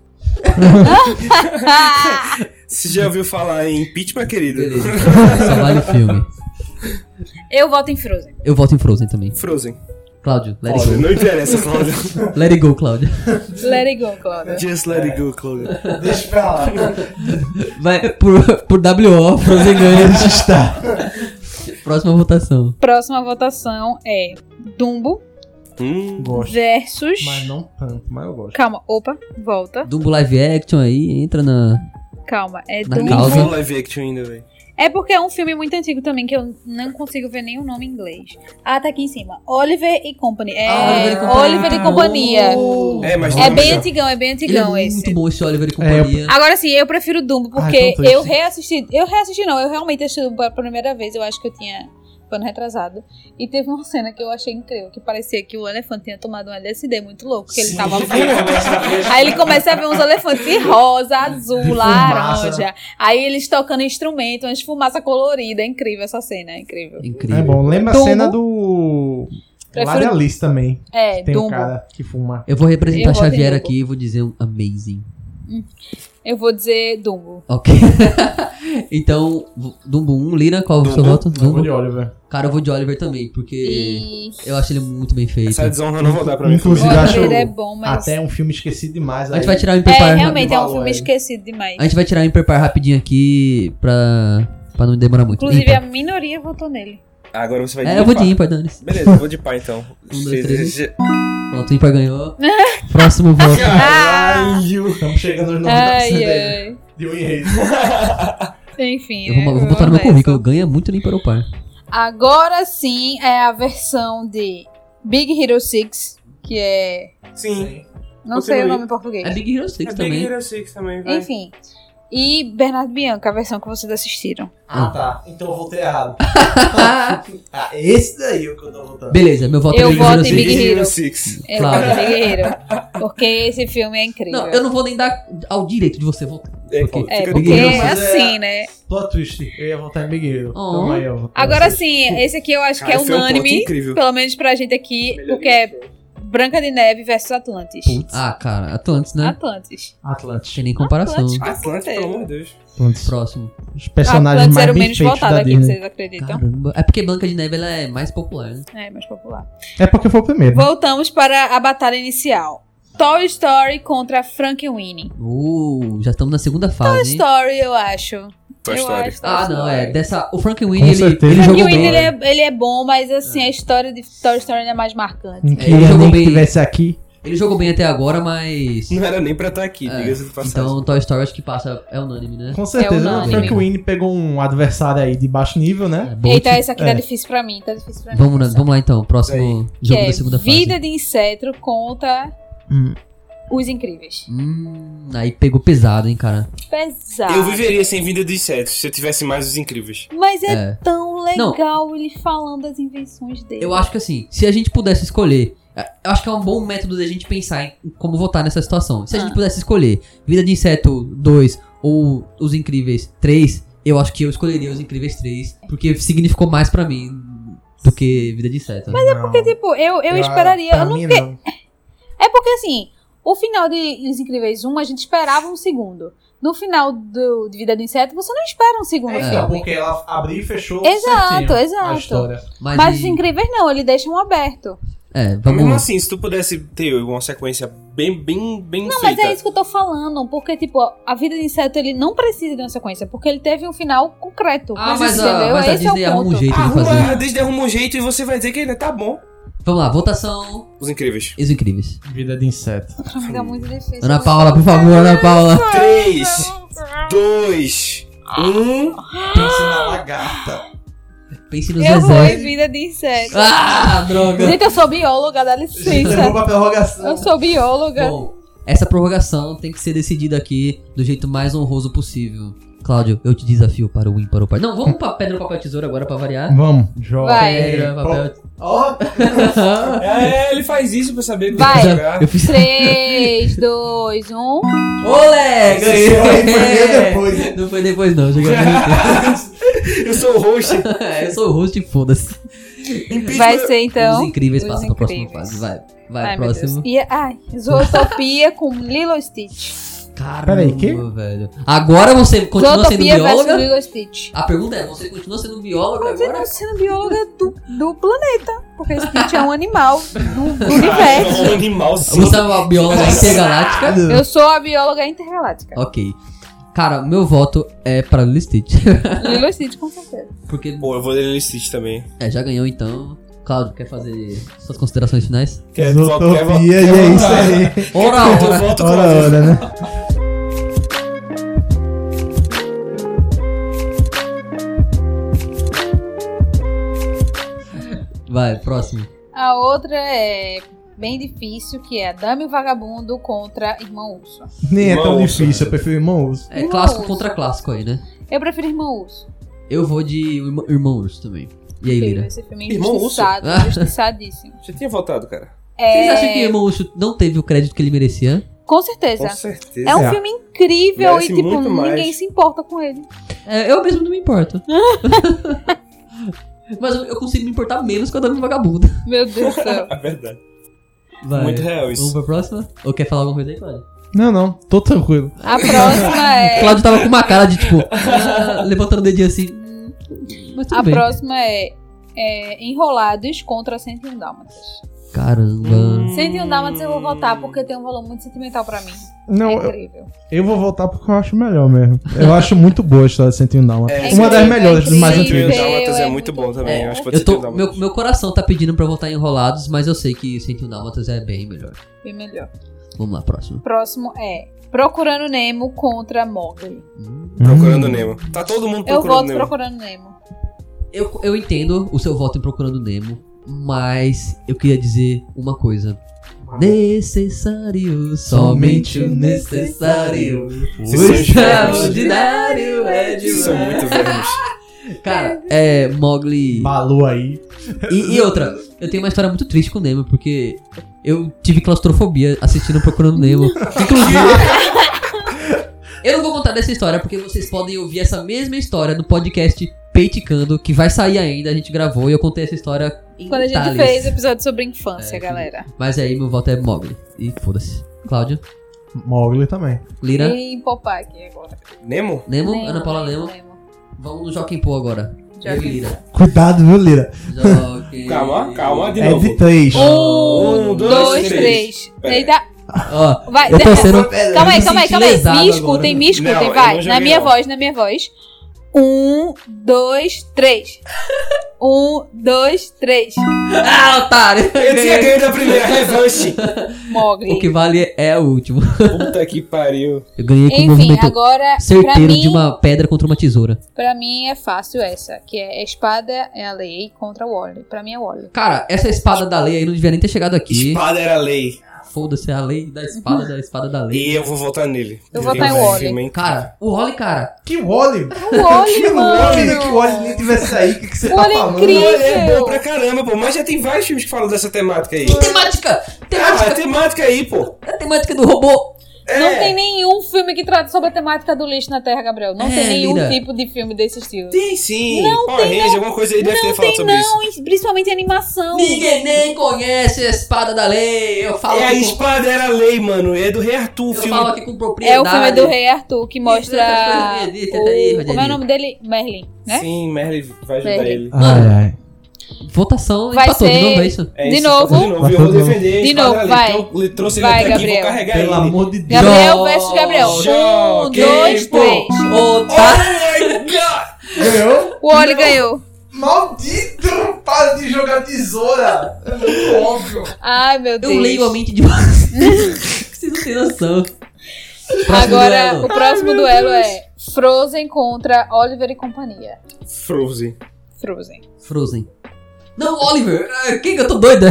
Você já ouviu falar em impeachment, querido? Beleza. Só vale o filme. Eu voto em Frozen. Eu voto em Frozen também. Frozen. Cláudio, let it Cláudio, go. não interessa, Cláudio. Let it go, Cláudio. Let it go, Cláudia. Just let it go, Cláudio. Deixa pra lá. Vai, por WO, Frozen ganha. Deixa estar. Próxima votação. Próxima votação é Dumbo Gosto. versus... Mas não tanto, mas eu gosto. Calma, opa, volta. Dumbo live action aí, entra na... Calma, é Na Dumbo... causa. Nem foi live action ainda, velho. É porque é um filme muito antigo também, que eu não consigo ver nenhum nome em inglês. Ah, tá aqui em cima. Oliver e Company. Oliver e Companhia. Mas É bem já. antigão, Ele é esse. muito bom esse Oliver e Companhia. Agora sim, eu prefiro Dumbo, porque tão triste. eu reassisti não, eu realmente assisti Dumbo pela primeira vez, eu acho que eu tinha ano retrasado, e teve uma cena que eu achei incrível, que parecia que o elefante tinha tomado um LSD muito louco, que ele tava voando. Aí ele começa a ver uns elefantes rosa, azul, laranja, aí eles tocando instrumento, umas fumaça colorida, é incrível essa cena, é incrível. Incrível. É bom, lembra Dumbo. a cena do... Lá da Alice também. Tem Dumbo. um cara que fuma. Eu vou representar Eu voto em Xavier Dumbo. aqui e vou dizer um amazing. Eu vou dizer Dumbo. Ok. Então, Dumbo 1, Lira, qual é o seu voto? Eu vou Dumbo? de Oliver. Cara, eu vou de Oliver também, porque E... eu acho ele muito bem feito. Essa desonra eu não vou dar pra mim. Inclusive, O eu acho Oliver é bom, mas... até um filme esquecido demais. A gente vai tirar o Imper É, Par. realmente é um valor filme aí. esquecido demais. A gente vai tirar o Imper Par rapidinho aqui pra não demorar muito. Inclusive, Ímpar. a minoria votou nele. Agora você vai É, eu vou de Ímpar. Ímpar, Danis. Beleza, eu vou de pá então. 1, 2, 3. Pronto, o Ímpar ganhou. Próximo voto. Caralho! Estamos chegando aos 90% Ai. de um enredo. Enfim. Eu vou botar no meu currículo. Ganha muito no Ímpar ou Par. Agora sim é a versão de Big Hero 6, que é... Sim. Não Continue. sei o nome em português. É Big Hero 6 É também. Big Hero 6 também, vai. Enfim. E Bernardo Bianca, a versão que vocês assistiram. Ah, tá. Então eu voltei errado. Esse daí é o que eu tô votando. Beleza, meu voto é Eu Big voto Hero em Big 6. Hero. 6. Eu Claro. gosto de Big Hero. Porque esse filme é incrível. Não, eu não vou nem dar ao direito de você votar. Porque É, Fica porque Big Hero, é mas assim, né? Tô triste. Eu ia votar em Big Hero. Oh. Então aí eu vou. Agora sim, esse aqui eu acho Cara, que é foi um ponto unânime, incrível. pelo menos pra gente aqui, porque é Branca de Neve versus Atlantis. Ah, cara, Atlantis, né? Atlantis. Atlantis. Tem nem comparação. Atlantis. Atlântico, pelo amor de Deus. Atlantis. Próximo. Os personagens Atlantis mais era o bem menos feitos votado da aqui, Disney. vocês acreditam? Caramba. É porque Branca de Neve ela é mais popular, né? É, mais popular. É porque foi o primeiro. Voltamos para a batalha inicial. Toy Story contra Frankenweenie. Já estamos na segunda Toy fase, hein? Story, eu acho. Toy Eu Story. acho Toy Ah, não, Story. é. O Com Frankenweenie, ele certeza. jogou Frankenweenie, bem. ele é bom, mas assim, a história de Toy Story ainda é mais marcante. Não ele queria jogou nem bem. que tivesse aqui. Ele jogou bem até agora, mas... Não era nem pra estar aqui, diga-se de passagem. Então, Toy Story acho que passa, é unânime, né? Com certeza. unânime. O Frank Winnie pegou um adversário aí de baixo nível, né? Bolt. Eita, esse aqui tá É. difícil pra mim, tá difícil pra mim. Vamos lá então, próximo Que jogo é da segunda Vida fase. de Inseto contra Hum. Os Incríveis. Aí pegou pesado, hein, cara. Pesado. Eu viveria sem Vida de Insetos se eu tivesse mais os incríveis. Mas é, É. tão legal ele falando das invenções dele. Eu acho que assim, se a gente pudesse escolher... Eu acho que é um bom método da gente pensar em como votar nessa situação. Se a gente pudesse escolher Vida de Inseto 2 ou Os Incríveis 3, eu acho que eu escolheria Os Incríveis 3, porque significou mais pra mim do que Vida de Inseto. Mas é Porque, tipo, eu esperaria. Eu não mim, que- não. É porque, assim, o final de Os Incríveis 1, a gente esperava um segundo. No final de Vida do Inseto, você não espera um segundo filme. Porque ela abriu e fechou Exato, certinho exato. a história. Mas Os Incríveis não, ele deixa um aberto. Mas mesmo assim, se tu pudesse ter uma sequência bem Não, feita... mas é isso que eu tô falando. Porque, tipo, a Vida de Inseto, ele não precisa de uma sequência. Porque ele teve um final concreto. mas entendeu? a Esse é Disney o arruma um ponto. jeito de fazer. A Disney arruma um jeito e você vai dizer que ainda tá bom. Vamos lá, votação. Os incríveis. Os Incríveis. Vida de inseto. Fica muito difícil. Ana Paula, por favor, Ana Paula. 3, 2, 1... Pense na lagarta. Pense no Eu vou em Zezé. Vida de Inseto. Ah, droga. Gente, eu sou bióloga, dá Levou licença. pra prorrogação. Eu sou bióloga. Bom, essa prorrogação tem que ser decidida aqui do jeito mais honroso possível. Cláudio, eu te desafio para o ímpar ou par. Não, vamos pra pedra, papel, tesoura agora pra variar. Vamos, joga. Vai. Pedra, papel... Ó, ele faz isso pra saber Vai. jogar. Eu fiz... 3, 2, 1. Olé, ganhei. Esse aí foi meio depois, hein? Não foi depois não, chegou a Eu sou o host. Eu sou o host e foda-se. Vai ser então. Os Incríveis Os passam pra próxima Incríveis. fase. Vai, Ai, meu próximo. Deus. Zootopia com Lilo Stitch. Caramba, Peraí, quê? velho. Agora você continua sendo Zootopia versus bióloga? Lilo Stitch. A pergunta é, você continua sendo bióloga Continua agora? sendo bióloga do planeta. Porque Stitch é um animal do universo. É um animal sim. Você é uma bióloga intergaláctica? Eu sou a bióloga intergaláctica. Ok. Cara, meu voto é pra Lilo Stitch. Lilo Stitch, com certeza. Porque, Pô, eu vou ler Stitch também. já ganhou então. Cláudio, quer fazer suas considerações finais? Zootopia e é isso aí. Ora, ora. Ora, né? outra é bem difícil, que é a Dama e o Vagabundo contra Irmão Urso. Nem é tão Irmão Urso, difícil, eu prefiro Irmão Urso. É Irmão clássico Urso. contra clássico aí, né? Eu prefiro Irmão Urso. Eu vou de Irmão Urso também. E aí, Lira? Esse filme é Irmão Urso? injustiçado, Ah. injustiçadíssimo. Já tinha votado, cara. Vocês acham que Irmão Urso não teve o crédito que ele merecia? Com certeza. Com certeza. É um filme incrível Merece e, tipo, muito mais. ninguém se importa com ele. Eu mesmo não me importo. Mas eu consigo me importar menos com a Dama e o Vagabundo. Meu Deus do céu. É verdade. Vai. Muito real isso. Vamos pra próxima? Ou quer falar alguma coisa aí, Cláudio? Não, tô tranquilo. A próxima é... Cláudio tava com uma cara de tipo, levantando o dedinho assim. Mas tudo A bem. próxima é Enrolados contra 101 Dálmatas. Caramba. 101 Dálmatas eu vou votar porque tem um valor muito sentimental pra mim. Não, É eu, incrível. eu vou votar porque eu acho melhor mesmo. Eu acho muito boa a história de 101 Dálmatas. É, Uma das incrível, melhores, dos mais incrível. antigos. Dálmatas é é muito bom muito também. bom. Eu acho que pode Eu ser tô, 101 Dálmatas. meu coração tá pedindo pra votar em Enrolados, mas eu sei que 101 Dálmatas é bem melhor. Bem melhor. Vamos lá, próximo. Próximo é Procurando Nemo contra Mowgli. Procurando Nemo. Tá todo mundo Eu procurando voto Nemo. Procurando Nemo. Eu entendo o seu voto em Procurando Nemo, mas eu queria dizer uma coisa. Necessário, somente o necessário. O Vocês são extraordinário é Isso são demais. muito velhos. Cara, Mowgli. Balu aí. E outra, eu tenho uma história muito triste com o Nemo, porque eu tive claustrofobia assistindo Procurando Nemo. Inclusive, eu não vou contar dessa história, porque vocês podem ouvir essa mesma história no podcast Peiticando, que vai sair ainda, a gente gravou e eu contei essa história em Quando a gente detalhes. fez episódio sobre infância, É, galera. Mas aí meu voto é Mowgli. E foda-se. Cláudio, Mowgli também. Lira, E Popeye aqui agora. Nemo? Nemo, Ana Paula Nemo. Vamos no Joaquim Pô agora. Eu e Lira. Cuidado, viu, Lira? Joaquim. Calma, de É novo. de 3. Um, dois, dois, três. três. Eita. Ó, Vai, eu tô sendo... Calma aí. senti lesado Me escutem, Não, eu vai. não joguei, Na minha voz. 1, 2, 3. 1, 2, 3. Ah, otário! Eu tinha ganho da primeira revanche. Mowgli. O que vale é o último. Puta que pariu. Eu ganhei com um Enfim, movimento agora, pra certeiro de mim, uma pedra contra uma tesoura. pra mim é fácil essa, que é a espada é a lei contra o Wally. Pra mim é o Wally. Cara, essa espada da lei aí não devia nem ter chegado aqui. Espada era lei. Foda-se, a lei da espada da lei. E eu vou votar nele. Eu vou votar em Wally. Cara, o Wally, cara. Que Wally? O Wally, Que Wally que o Wally mano. nem tivesse aí. O que você O tá Wally é falando? incrível. É bom pra caramba, pô. Mas já tem vários filmes que falam dessa temática aí. Que temática! Ah, Temática! temática aí, pô. É a temática do robô. Não tem nenhum filme que trata sobre a temática do lixo na Terra, Gabriel. Não É, tem nenhum Lira. tipo de filme desse estilo. Tem sim. Não Power tem, Rangers, alguma coisa aí deve ter Não falado tem sobre isso. não, principalmente animação. Ninguém nem conhece a espada da lei. Eu falo É a aqui com... espada era lei, mano. É do Rei Arthur, o Eu filme. falo aqui com É propriedade. o filme do Rei Arthur que mostra essas coisas não existem, tá aí, como é Rogerinho. o nome dele? Merlin, né? Sim, Merlin vai ajudar Merlin. ele. Ai, ai. Votação Vai empatou de ser- novo, é isso? É De isso, novo? de novo. Eu vou defender. a De espada novo, era lei. vai. Então, ele trouxe ele Vai, até aqui, vou Gabriel. carregar Pelo ele. amor de Deus. Gabriel versus Gabriel. Joguem, 1, 2, pô. 3. Otário! Oh my God! Ganhou? O Wally ganhou. Maldito! Para de jogar tesoura! É muito óbvio. Ai, meu Deus. Eu leio a mente de vocês. Vocês não têm noção. Próximo Agora, duelo. o próximo duelo é Frozen contra Oliver e companhia. Frozen. Frozen. Não, Oliver! Quem que eu tô doida?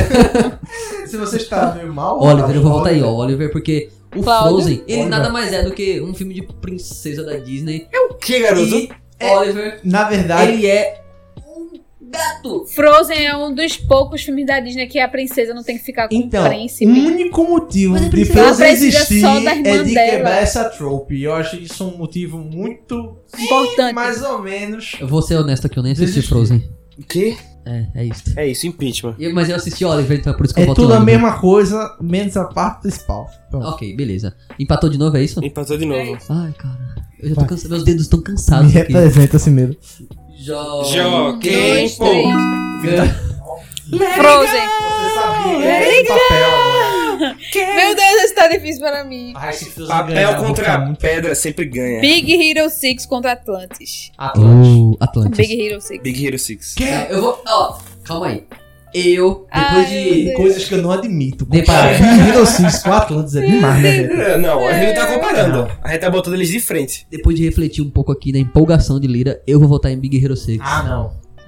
Se você está meio mal... Oliver, eu vou voltar aí, ó. Oliver, porque o Cláudio? Frozen, ele Oliver. nada mais é do que um filme de princesa da Disney. Que garoto? E Oliver, Na verdade... ele é um gato. Frozen é um dos poucos filmes da Disney que a princesa não tem que ficar com Então, o príncipe. o único motivo Mas a de princesa- Frozen Ela precisa existir só da irmã é de dela. quebrar essa trope. E eu acho isso um motivo muito... Importante. Mais ou menos... Eu vou ser honesto aqui, eu nem assisti Desistir. Frozen. O quê? É isso. É isso, impeachment. Mas eu assisti Oliver, então é por isso que eu É voto tudo no a Oliver. mesma coisa, menos a parte principal. Pronto. Ok, beleza. Empatou de novo, é isso? Empatou de novo. Ai, cara. Eu já tô Vai. cansado. Meus dedos estão Me cansados aqui. representa assim mesmo. Joguem, 2, pô. 3. Frozen. Você sabia que é esse papel agora. Meu Deus, isso tá difícil para mim. Ai, se Frozen ganhar, Papel eu vou contra ficar muito... pedra sempre ganha. Big Hero 6 contra Atlantis. Atlantis. Big Hero 6. Big Hero 6. Eu vou... Ó, calma aí. Eu, depois Ai, de... meu Deus. Coisas que eu não admito. Deparar. Hero 6 com Atlantis é demais, né, velho? Não, a gente não tá comparando. A gente tá botando eles de frente. Depois de refletir um pouco aqui na empolgação de Lira, eu vou votar em Big Hero 6. Ah, não.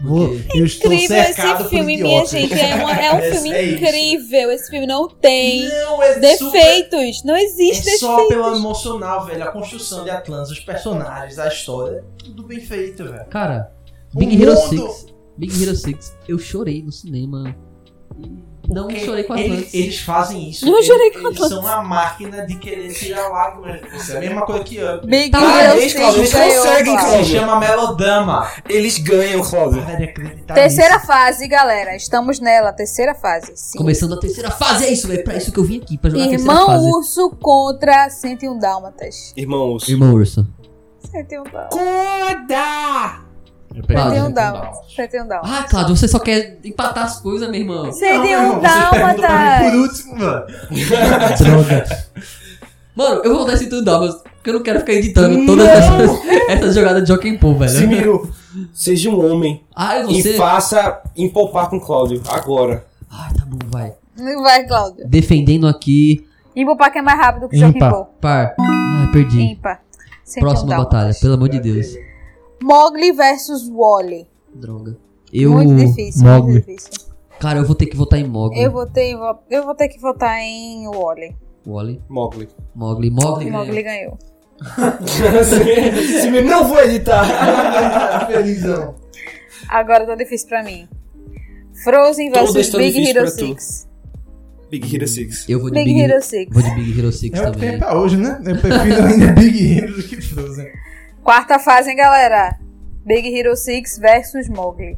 Eu estou Incrível cercado esse por filme, minha idiotas. gente. É um filme É isso. incrível. Esse filme não tem Não, é defeitos. Não É existe só defeitos. pelo emocional, velho. A construção de Atlantis, os personagens, a história. Tudo bem feito, velho. Cara, O Big Hero mundo- 6. Big Hero 6, eu chorei no cinema. Não Porque chorei com Atlantis. eles fazem isso. Eu chorei com Eles são a máquina de querer tirar lágrimas de você. É a mesma coisa que eu. Big Tá, Hero eles 6 conseguem, ganhou, Cláudio. Cláudio. Se chama Melodama. Eles ganham, Cláudio. Para de acreditar Terceira nisso. fase, galera. Estamos nela. Terceira fase. Sim. Começando a terceira fase, é isso, é pra isso que eu vim aqui, pra jogar a terceira Irmão fase. Urso contra 101 Dálmatas. Irmão Urso. Irmão Urso. 101 Dálmatas. Coda! Eu perdi. Cláudio. 101 Dálmatas. 101 Dálmatas. Ah, Cláudio, você só quer empatar as coisas, meu irmão. 101 Você perguntou pra mim por Dálmatas. último, mano. Droga. Mano, eu vou voltar esse tudo Dalmas, porque eu não quero ficar editando todas essas jogadas de Joaquim Pô, velho. Simiru, seja um homem Ah, eu e você. faça empolpar com Cláudio, agora. Ai, tá bom, vai. Vai, Cláudio. Defendendo aqui. Ímpar que é mais rápido que o Joaquim Ímpar. Pô. Par. Ai, perdi. Ímpar. 101 Próxima Dálmatas. batalha, pelo amor de Deus. Mowgli versus Wally. Droga. Muito difícil, Mowgli. muito difícil. Cara, eu vou ter que votar em Mowgli. Eu vou ter que votar em Wally. Wally. Mogli. Mowgli. Mowgli. Mowgli ganhou. Simiru, não vou editar. Felizão. Agora tá difícil pra mim. Frozen Todas versus tão Big difíceis Hero pra tu. 6. Big Hero 6. Eu vou de Big Hero 6. Vou de Big Hero 6 É o que também. tem pra hoje, né? Eu prefiro ainda Big Hero do que Frozen. Quarta fase, hein, galera? Big Hero 6 versus Mowgli.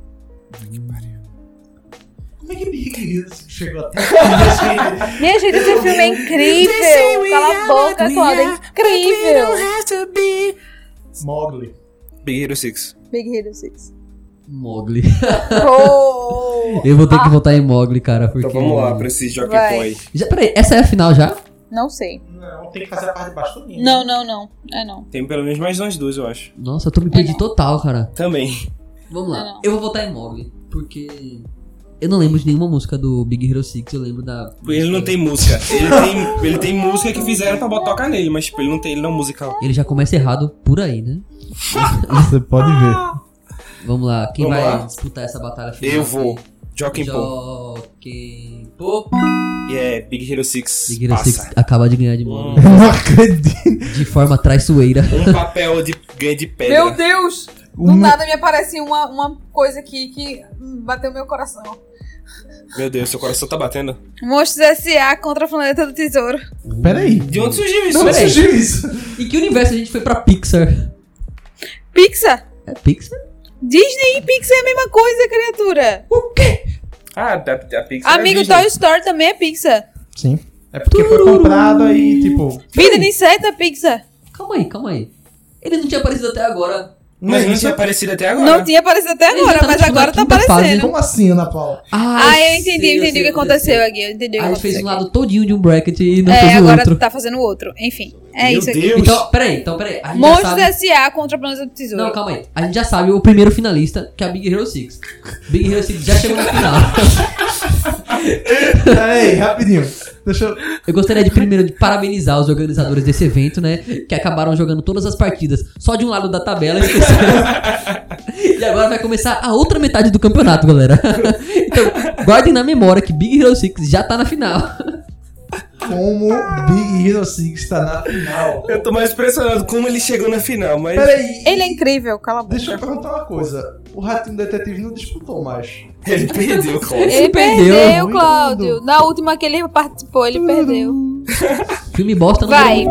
Como é que Big Hero chegou até aqui? Minha gente, esse filme é incrível. Cala a boca, Cláudia. É incrível. Mowgli. Big Hero 6. Big Hero 6. Mowgli. Oh. Eu vou ter que votar em Mowgli, cara, porque... Então vamos lá pra esse Joaquim Vai. Pô aí. Já, peraí, essa é a final já? Não sei. Não, tem que fazer a parte de baixo todinha. Não. É não. Tem pelo menos mais umas duas, eu acho. Nossa, eu me perdi total, cara. Também. Vamos lá. Não. Eu vou votar em Mowgli, porque... Eu não lembro de nenhuma música do Big Hero 6, eu lembro da... Ele não tem música. Ele tem música que fizeram pra botar tocar nele, mas tipo, ele não é um musical. Ele já começa errado por aí, né? Você pode ver. Vamos lá, quem Vamos vai lá. disputar essa batalha final? Eu vou. Joaquim Pô. Joaquim Pô. E é Big Hero 6. Big Hero Passa. 6 acaba de ganhar de Mowgli. Não acredito. De forma traiçoeira. Um papel de ganha de pedra. Meu Deus! Do nada me aparece uma coisa aqui que bateu meu coração. Meu Deus, seu coração tá batendo. Monstros S.A. contra o Planeta do Tesouro. Peraí. De onde surgiu isso? Não Peraí. surgiu isso. Em que universo a gente foi pra Pixar? Pixar? É Pixar? Disney e Pixar é a mesma coisa, criatura. Ah, da Pixar. Amigo, é Disney. Toy Story também é Pixar. Sim. É porque foi comprado aí, tipo... Vida de Inseto é Pixar. Calma aí. Ele não tinha aparecido até agora. Mas não isso tinha é- aparecido até agora. Não tinha aparecido até Ele agora, já tá mas na agora tá quinta fase. aparecendo. Como assim, Ana Paula? Ah, eu entendi sei, o que sei aconteceu aqui. Eu entendi o que A gente fez aconteceu um aqui. lado todinho de um bracket e não É, fez o agora outro. tá fazendo o outro. Enfim, é Meu isso aqui. Deus. Então, peraí. A gente já Monstros sabe... S.A. contra o Planeta do Tesouro. Não, calma aí. A gente já sabe o primeiro finalista, que é a Big Hero 6. Big Hero 6 já chegou na final. Peraí, rapidinho. Deixa eu... Eu gostaria de primeiro de parabenizar os organizadores desse evento, né? Que acabaram jogando todas as partidas só de um lado da tabela. E agora vai começar a outra metade do campeonato, galera. Então, guardem na memória que Big Hero 6 já tá na final. Como Big Hero 6 tá na final. Eu tô mais impressionado como ele chegou na final, mas... Peraí. Ele é incrível, cala a boca. Deixa eu perguntar uma coisa. O Ratinho Detetive não disputou mais. Ele perdeu, Cláudio. Ele perdeu. perdeu, Cláudio. Na última que ele participou, ele perdeu. Filme bosta. Vai.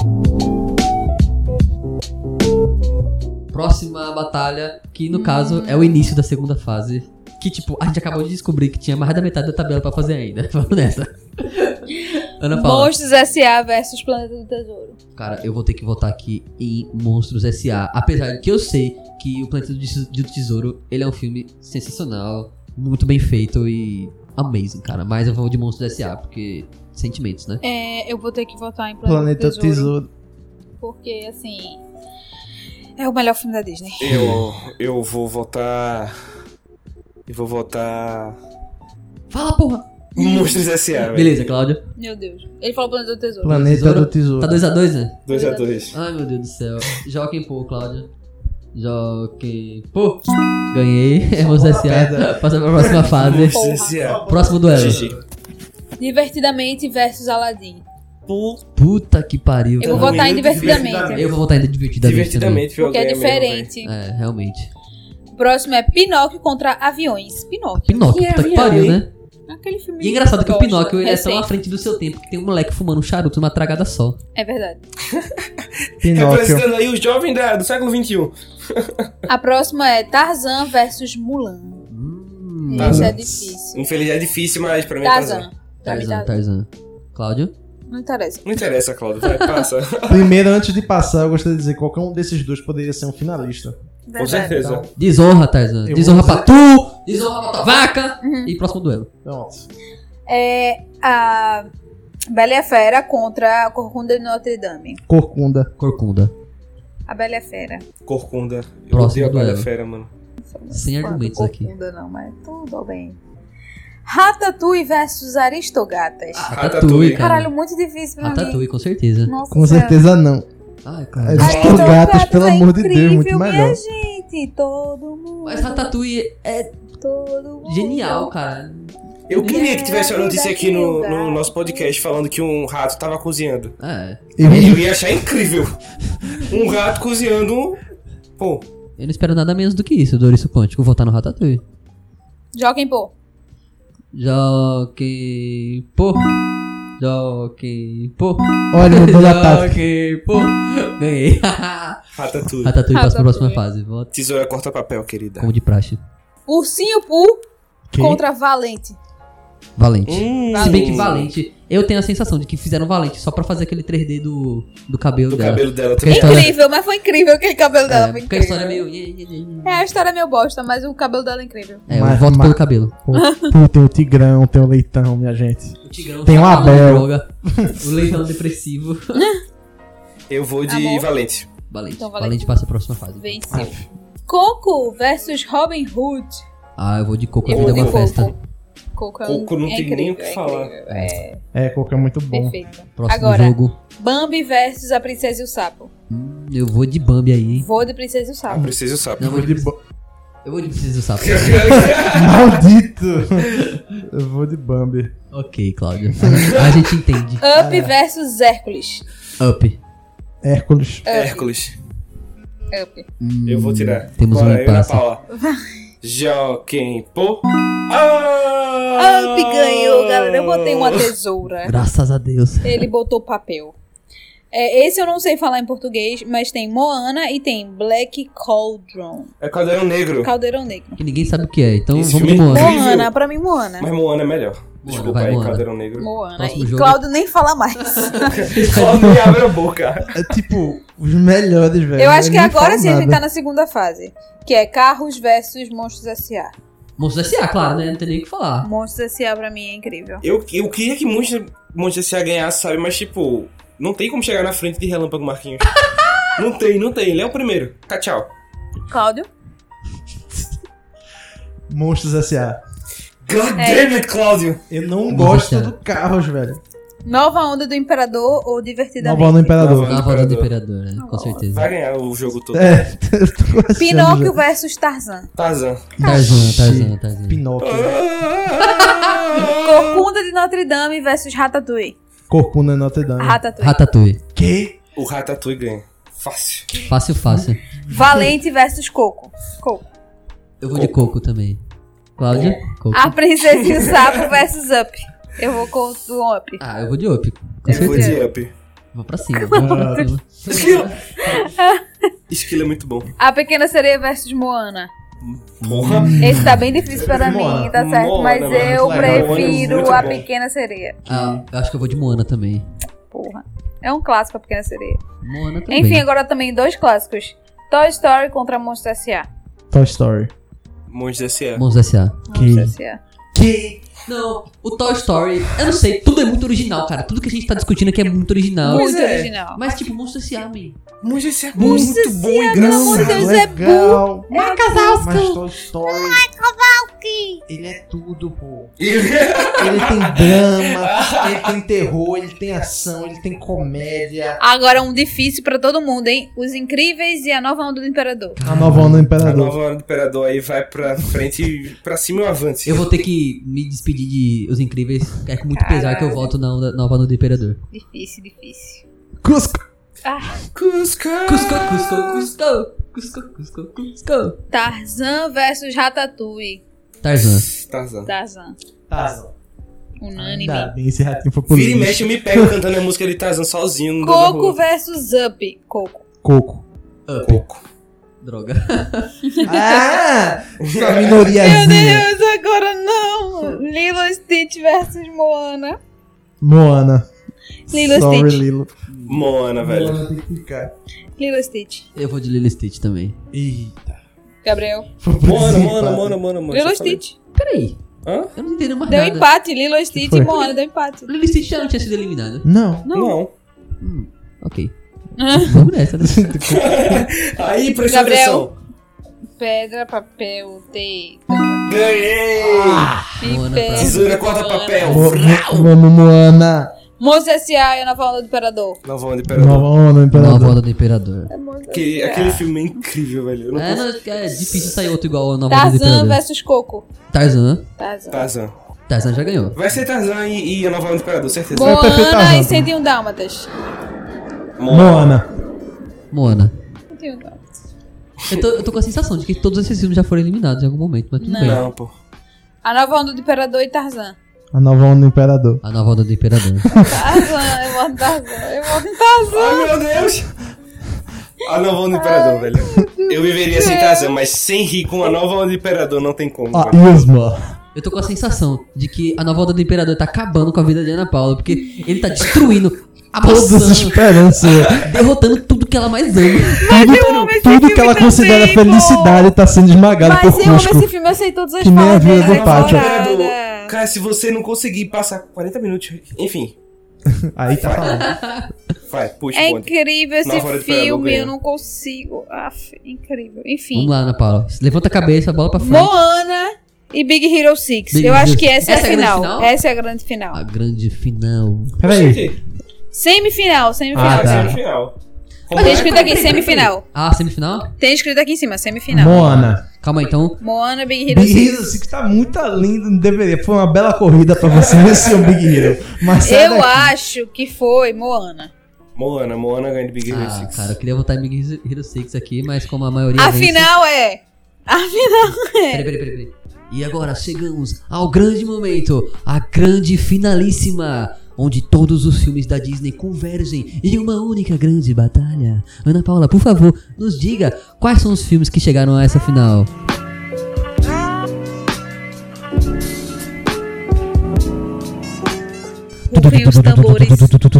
Próxima batalha, que no caso é o início da segunda fase. Que tipo, a gente acabou de descobrir que tinha mais da metade da tabela pra fazer ainda. Vamos nessa. Ana Paula. Monstros S.A. versus Planeta do Tesouro. Cara, eu vou ter que votar aqui em Monstros S.A. Apesar de que eu sei que o Planeta do Tesouro, ele é um filme sensacional, muito bem feito e amazing, cara. Mas eu vou de Monstros S.A. porque sentimentos, né? É, eu vou ter que votar em Planeta do Tesouro. Porque, assim, é o melhor filme da Disney. Eu vou votar... Eu vou votar... Fala, porra! Monstros S.A., velho. Beleza, Cláudia. Meu Deus. Ele falou Planeta do Tesouro. Planeta do Tesouro. Tá 2x2, né? 2x2. Ai, meu Deus do céu. Joaquim Pô, Cláudia. Jockey. Pô, ganhei. Monstros S.A. pedra. Passa pra próxima fase. Monstros S.A. Próximo duelo. GG. Divertidamente versus Aladdin. Puta que pariu. Eu vou cara. votar em Divertidamente. divertidamente. Eu vou votar ainda divertidamente. Divertidamente, viu? Porque é Ganha mesmo, diferente. Também. É, realmente. O próximo é Pinóquio contra Aviões. Pinóquio. Pinóquio, Que puta que avião, pariu, hein? né? Aquele filme. E é engraçado que o gosta, Pinóquio ele é tão à recente. frente do seu tempo que tem um moleque fumando um charuto numa tragada só. É verdade. Pinóquio. Representando aí os jovens do século XXI. A próxima é Tarzan versus Mulan. Esse Tarzan. é difícil. Infelizmente é difícil, mas pra mim é Tarzan. Tarzan. Pra mim, Tarzan. Cláudio? Não interessa. Não interessa, Cláudio. Vai, passa. Primeiro, antes de passar, eu gostaria de dizer que qualquer um desses dois poderia ser um finalista. Com Verdade. certeza. Desonra, Tarzan. Eu Desonra vou pra tu! Desonra pra tua vaca! E próximo duelo. Pronto. É a Bela e a Fera contra a Corcunda de Notre Dame. Corcunda. Corcunda. A Bela e a Fera. Corcunda. Eu Próximo odeio a Bela duelo. Fera, mano. Sem argumentos aqui. Corcunda não, mas tudo bem. Ratatouille versus Aristogatas. Ratatouille, cara. Caralho, muito difícil pra mim. Ratatouille, com certeza. Nossa Com Senhora. certeza não. Ai, cara. Aristogatas, pelo é amor de Deus, incrível, muito minha melhor. gente, todo mundo. Mas Ratatouille é Todo mundo. genial, cara. Eu queria que tivesse uma notícia aqui no nosso podcast falando que um rato tava cozinhando. É. Eu Eu ia achar incrível. Um rato cozinhando. Pô, Eu não espero nada menos do que isso, Douriço Quântico. Vou votar no Ratatouille. Joguem, pô. Jockey. Pô. Jockey. Pô. Olha, mudou da tática. Jockey. Pô. Ganhei. Ratatouille. Ratatouille passa pra próxima Ratatouille. fase. Voto Tesoura corta papel, querida. como de praxe. Ursinho Pooh Que? contra Valente. Valente. Hum. Se bem que Valente, eu tenho a sensação de que fizeram Valente só pra fazer aquele 3D do cabelo Do dela. cabelo dela Porque a também. história- Incrível, mas foi incrível aquele cabelo dela. É, Foi porque a incrível. história é meio. É, a história é meio bosta, mas o cabelo dela é incrível. É, eu Mas- voto mas- pelo cabelo. Pô, tem o Tigrão, tem o Leitão, minha gente. O Tigrão Tem um tá falando Abel. droga. O leitão depressivo. Eu vou de Amor. Valente. Valente. Então, Valente. Valente passa a próxima fase. Venceu. Coco versus Robin Hood. Ah, eu vou de Coco, a Eu vida é vou uma de festa. Coco. Coco, Coco não é tem nem o que incrível, é falar. incrível, É É, Coco é muito bom. perfeito. Próximo Agora, jogo. Bambi versus a Princesa e o Sapo. Eu vou de Bambi aí. Vou de Princesa e o Sapo. Preciso saber. Não, eu vou de, De bo- eu vou de Princesa do Sapo. Maldito! Eu vou de Bambi. Ok, Cláudio. A gente entende. Up versus Hércules. Up. Hércules. Hércules. Up. Eu vou tirar. Temos um Bora, eu e a impasse. Paula. Joquem Pô. Up ganhou, galera. Eu botei uma tesoura. Graças a Deus. Ele botou papel. É, esse eu não sei falar em português, mas tem Moana e tem Black Cauldron. É Caldeirão Negro. Caldeirão Negro. Que ninguém sabe o que é, então Esse vamos de filme é Moana. incrível. Moana, pra mim, Moana. Mas Moana é melhor. Desculpa vai, aí, Moana. Caldeirão Negro. Moana. Próximo E jogo. Cláudio nem fala mais. Só não abre a boca. É tipo, os melhores, velho. Eu acho que nem agora falo sim a gente nada. tá na segunda fase. Que é Carros versus Monstros S.A. Monstros S.A., claro, né? Não tem nem o que falar. Monstros S.A. pra mim é incrível. Eu queria que Monstros S.A. ganhasse, sabe? Mas, tipo, não tem como chegar na frente de Relâmpago Marquinhos. Não tem. Ele é o primeiro. Tá, tchau. Cláudio? Monstros S.A. God damn it, Cláudio. Eu não Monstros gosto S.A. do Carros, velho. Nova Onda do Imperador ou Divertidamente? Nova no Imperador. Nova. Na voz do Imperador, né? Com certeza. Vai ganhar o jogo todo. É, eu tô achando Pinóquio já. versus Tarzan. Tarzan. Tarzan. Pinóquio. Corcunda de Notre Dame versus Ratatouille. Corcunda Notre Dame. Ratatouille. Ratatouille. Que? O Ratatouille ganha. Fácil. Fácil. Valente versus Coco. Coco. Eu vou de Coco também. Cláudia? Coco. A Princesa e o Sapo versus Up. Eu vou com o Up. Ah, eu vou de Up. Com Eu vou certeza. de Up. Vou pra cima. Vou pra cima. Esquilo é muito bom. A Pequena Sereia versus Moana. Porra. Esse tá bem difícil para Moana. mim, tá certo? Moana, Mas mano, eu muito legal. prefiro Moana é muito a bom. Pequena Sereia. Ah, eu acho que eu vou de Moana também. Porra. É um clássico a Pequena Sereia. Moana também. Enfim, agora também dois clássicos. Toy Story contra Monstros S.A. Toy Story. Monstros S.A. Monstros S.A. Monstros S.A. Que? Não, o Toy Story, eu não sei, tudo é muito original, cara. Tudo que a gente tá discutindo aqui é muito original. Muito é. original. Mas tipo, Monstros S.A., man. Monstros S.A. Monstros muito bom e S.A., pelo amor de engraçado. Deus, é legal. Mark Wazowski. Mas Toy Story. Ele é tudo, pô. Ele tem drama, ele tem terror, ele tem ação, ele tem comédia. Agora um difícil pra todo mundo, hein? Os Incríveis e a Nova Onda do Imperador. A nova onda do A Imperador. nova hora do Imperador aí vai pra frente, pra cima e avante. Eu vou ter que me despedir de Os Incríveis, que é com muito pesar que eu Caralho. volto na Nova Onda do Imperador. Difícil. Cusco. Cusco. Cusco. Tarzan versus Ratatouille. Tarzan. Tarzan. Unânime. Ainda bem, esse ratinho foi pro Vira e lixo. mexe, eu me pego cantando a música de Tarzan sozinho no meio da Coco rua. versus Up. Coco. Coco. Coco. Droga. Ah! Sua Meu minoriazinha. Deus, agora não! Lilo Stitch versus Moana. Moana. Lilo Sorry, Stitch. Lilo. Moana, velho. Moana tem que ficar. Lilo Stitch. Eu vou de Lilo Stitch também. Eita. Gabriel. Moana. Lilo Stitch. Peraí, Hã? eu não entendi mais Deu nada. empate. Lilo Stitch foi? e Moana deu empate. Lilo Stitch já não tinha sido eliminado. Não. Não. Ok. Vamos nessa, né? Aí, presta Gabriel. atenção. Pedra, papel, teia. Ganhei! Moana Pé. pra- Tesoura, corta, papel. Vamos, Moana. Monstros S.A. e a Nova Onda do Imperador. Nova onda do Imperador. Nova onda, Nova Imperador. Onda do Imperador. Aquele filme é incrível, velho. Eu não É, consigo. não, é difícil sair outro igual a Nova Onda do Tarzan Imperador. versus Coco. Tarzan. Tarzan. Tarzan já ganhou. Vai ser Tarzan e a Nova onda do Imperador, certeza. Vai ter feito Moana Tarzan. e 101 Dálmatas. Moana. Moana. 101 Dálmatas. Eu tô com a sensação de que todos esses filmes já foram eliminados em algum momento, mas tudo bem. Não, pô. A Nova Onda do Imperador e Tarzan. A nova onda do Imperador. A Nova Onda do Imperador. Tarzan, eu voto em Tarzan. Eu voto em Tarzan. Ai, meu Deus! A Nova onda do Imperador, velho. Eu viveria sem Tarzan, mas sem rir com a Nova onda do Imperador não tem como. A velho. Isma. Eu tô com a sensação de que a Nova Onda do Imperador tá acabando com a vida de Ana Paula, porque ele tá destruindo, Todas as amassando, esperanças. derrotando tudo que ela mais ama. Tudo que ela filme considera também, pô. felicidade tá sendo esmagado Mas por eu amo Cusco. esse filme, eu sei todas as Que nem a falas vida dele do Pátio. decorada. Cara, se você não conseguir passar 40 minutos. Enfim, Aí tá falando. vai, puxa, É bonde. incrível esse Nova Onda do Imperador filme, ganhou. eu não consigo. Incrível. Enfim. Vamos lá, Ana Paula. Levanta a cabeça, bola pra frente. Moana e Big Hero 6. Big Eu Hero acho 6. que essa é a Essa é a grande final. final? Essa é a grande final. A grande final. Peraí. Semifinal. Ah, tá. No final. Tem escrito aqui, semifinal. Ah, semifinal? Tem escrito aqui em cima, semifinal. Moana. Calma aí, então. Moana, Big Hero Big 6. Hero 6 tá muito lindo, não deveria. Foi uma bela corrida pra você vencer o Big Hero. Mas sai Eu daqui. acho que foi Moana. Moana ganha de Big Hero Ah, 6. cara, eu queria votar em Big Hero 6 aqui, mas como a maioria. A vence- final é. A final é. Peraí. E agora chegamos ao grande momento, a grande finalíssima, onde todos os filmes da Disney convergem em uma única grande batalha. Ana Paula, por favor, nos diga quais são os filmes que chegaram a essa final. Rufem os tambores.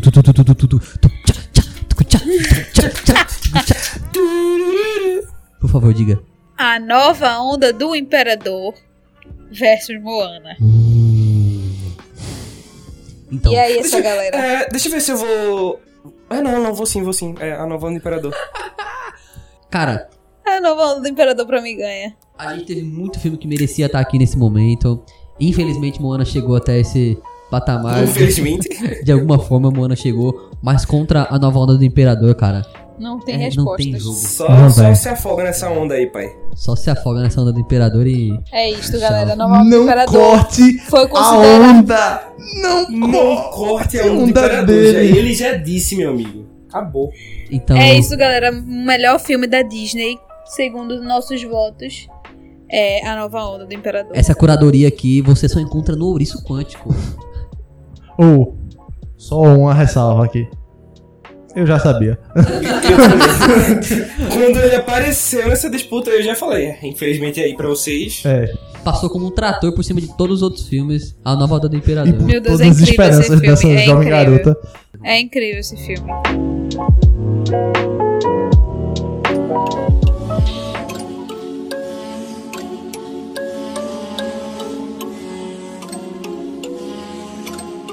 Por favor, diga. A Nova Onda do Imperador versus Moana. Então, E aí, essa galera? Deixa eu ver se eu vou. Não, vou sim. É a Nova onda do Imperador. cara, A Nova Onda do Imperador pra mim ganha. a gente teve muito filme que merecia estar aqui nesse momento. Infelizmente, Moana chegou até esse patamar. Infelizmente. De alguma forma, Moana chegou, mas contra a Nova Onda do Imperador, cara, Não tem não respostas. tem jogo. Não, Só velho. se afoga nessa onda aí, pai. Só se afoga nessa onda do Imperador e... É isto, galera. A Nova Onda do Não Imperador corte foi a considerada. onda. Não corte a onda do onda Imperador. dele. Ele já disse, meu amigo. Acabou. Então, É isso, galera. O melhor filme da Disney, segundo os nossos votos, é A Nova Onda do Imperador. essa curadoria aqui você só encontra no Ouriço Quântico. Ou, só uma ressalva aqui. Eu já sabia. Quando ele apareceu nessa disputa, eu já falei. Infelizmente aí pra vocês. É. Passou como um trator por cima de todos os outros filmes, a Nova Onda do E Imperador. por Meu Deus, todas é as incrível esse esperanças filme, dessa é jovem incrível. garota. É incrível esse filme.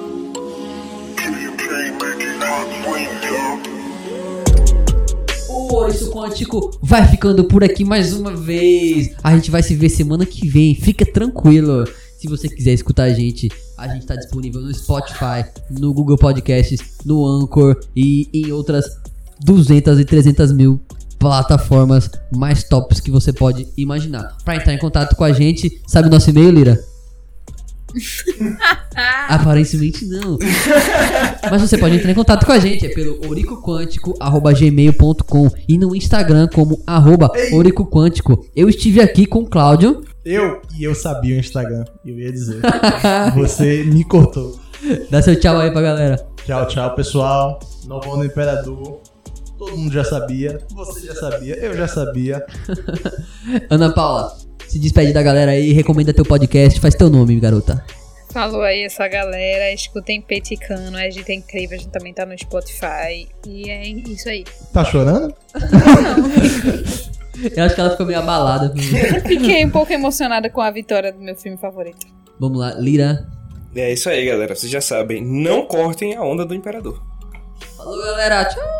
Keep your train making hot swing, yo. O Por isso, Quântico vai ficando por aqui mais uma vez. A gente vai se ver semana que vem. Fica tranquilo. Se você quiser escutar a gente tá disponível no Spotify, no Google Podcasts, no Anchor e em outras 200 e 300 mil plataformas mais tops que você pode imaginar. Pra entrar em contato com a gente, sabe o nosso e-mail, Lira? Aparentemente não. Mas você pode entrar em contato com a gente, é pelo oricoquântico@gmail.com e no Instagram como @oricoquântico. Eu estive aqui com o Cláudio. Eu sabia o Instagram, eu ia dizer. Você me cortou. Dá seu tchau aí pra galera. Tchau, pessoal. Novo Ano Imperador. Todo mundo já sabia, você já sabia, eu já sabia. Ana Paula, se despede da galera aí, recomenda teu podcast, faz teu nome, garota. Falou aí essa galera, escutem Peticano, a gente é incrível, a gente também tá no Spotify. E é isso aí. Tá chorando? Eu acho que ela ficou meio abalada. Fiquei um pouco emocionada com a vitória do meu filme favorito. Vamos lá, Lira. É isso aí, galera. Vocês já sabem. Não cortem a onda do Imperador. Falou, galera. Tchau.